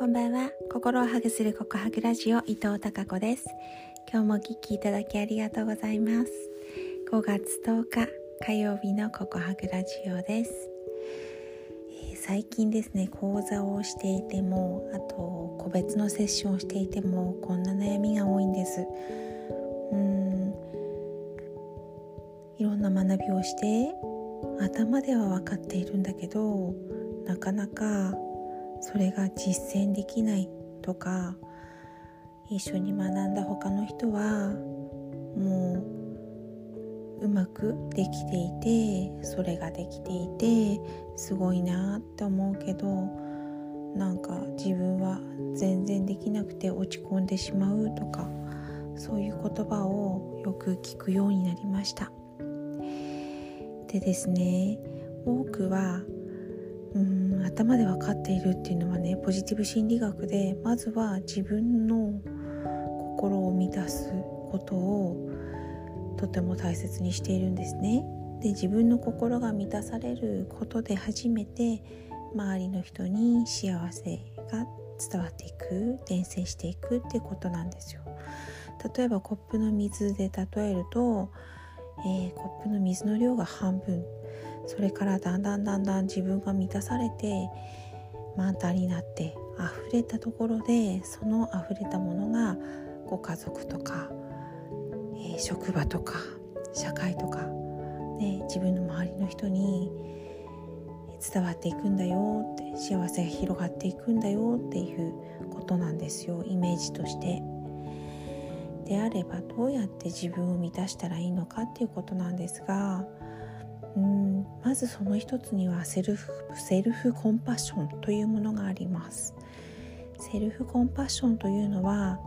んばんは。心をハグする告白ラジオ、伊藤孝子です。今日もお聞きいただきありがとうございます。5月10日火曜日の告白ラジオです。最近ですね、講座をしていても、あと個別のセッションをしていても、こんな悩みが多いんです。いろんな学びをして頭では分かっているんだけど、なかなかそれが実践できないとか、一緒に学んだ他の人はもううまくできていて、それができていてすごいなって思うけど、なんか自分は全然できなくて落ち込んでしまうとか、そういう言葉をよく聞くようになりました。でですね、多くは頭で分かっているっていうのはね、ポジティブ心理学で、まずは自分の心を満たすことをとても大切にしているんですね。で、自分の心が満たされることで初めて周りの人に幸せが伝わっていく、伝染していくってことなんですよ。例えばコップの水で例えると、コップの水の量が半分、それからだんだん自分が満たされて満タンになって溢れたところで、その溢れたものがご家族とか、職場とか社会とか、自分の周りの人に伝わっていくんだよって、幸せが広がっていくんだよっていうことなんですよ、イメージとして。であれば、どうやって自分を満たしたらいいのかっていうことなんですが、まずその一つにはセルフコンパッションというものがあります。セルフコンパッションというのは、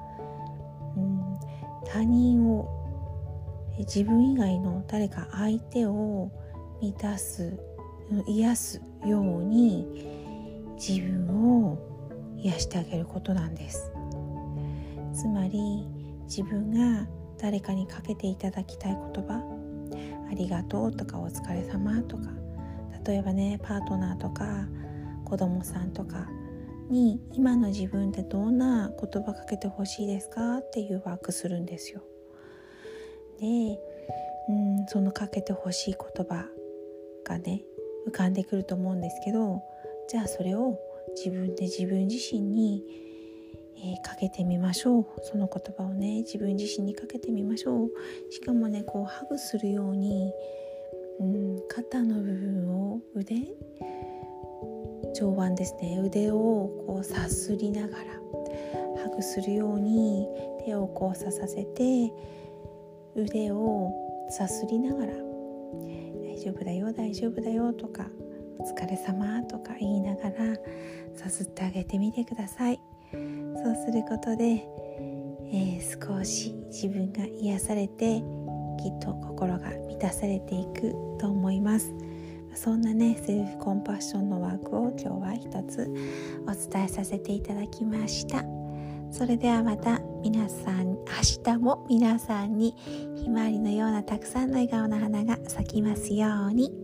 他人を、自分以外の誰か相手を満たす、癒すように自分を癒してあげることなんです。つまり、自分が誰かにかけていただきたい言葉、ありがとうとかお疲れ様とか、例えばね、パートナーとか子供さんとかに、今の自分ってどんな言葉かけてほしいですかっていうワークするんですよ。で、そのかけてほしい言葉がね、浮かんでくると思うんですけど、じゃあそれを自分自身にかけてみましょう。その言葉をね、自分自身にかけてみましょう。しかもね、こうハグするように、肩の部分を、上腕ですね、腕をこうさすりながらハグするように手を交差させて、腕をさすりながら、大丈夫だよ大丈夫だよとか、お疲れ様とか言いながらさすってあげてみてください。そうすることで、少し自分が癒されて、きっと心が満たされていくと思います。そんなね、セルフコンパッションのワークを今日は一つお伝えさせていただきました。それではまた皆さん、明日も皆さんにひまわりのようなたくさんの笑顔の花が咲きますように。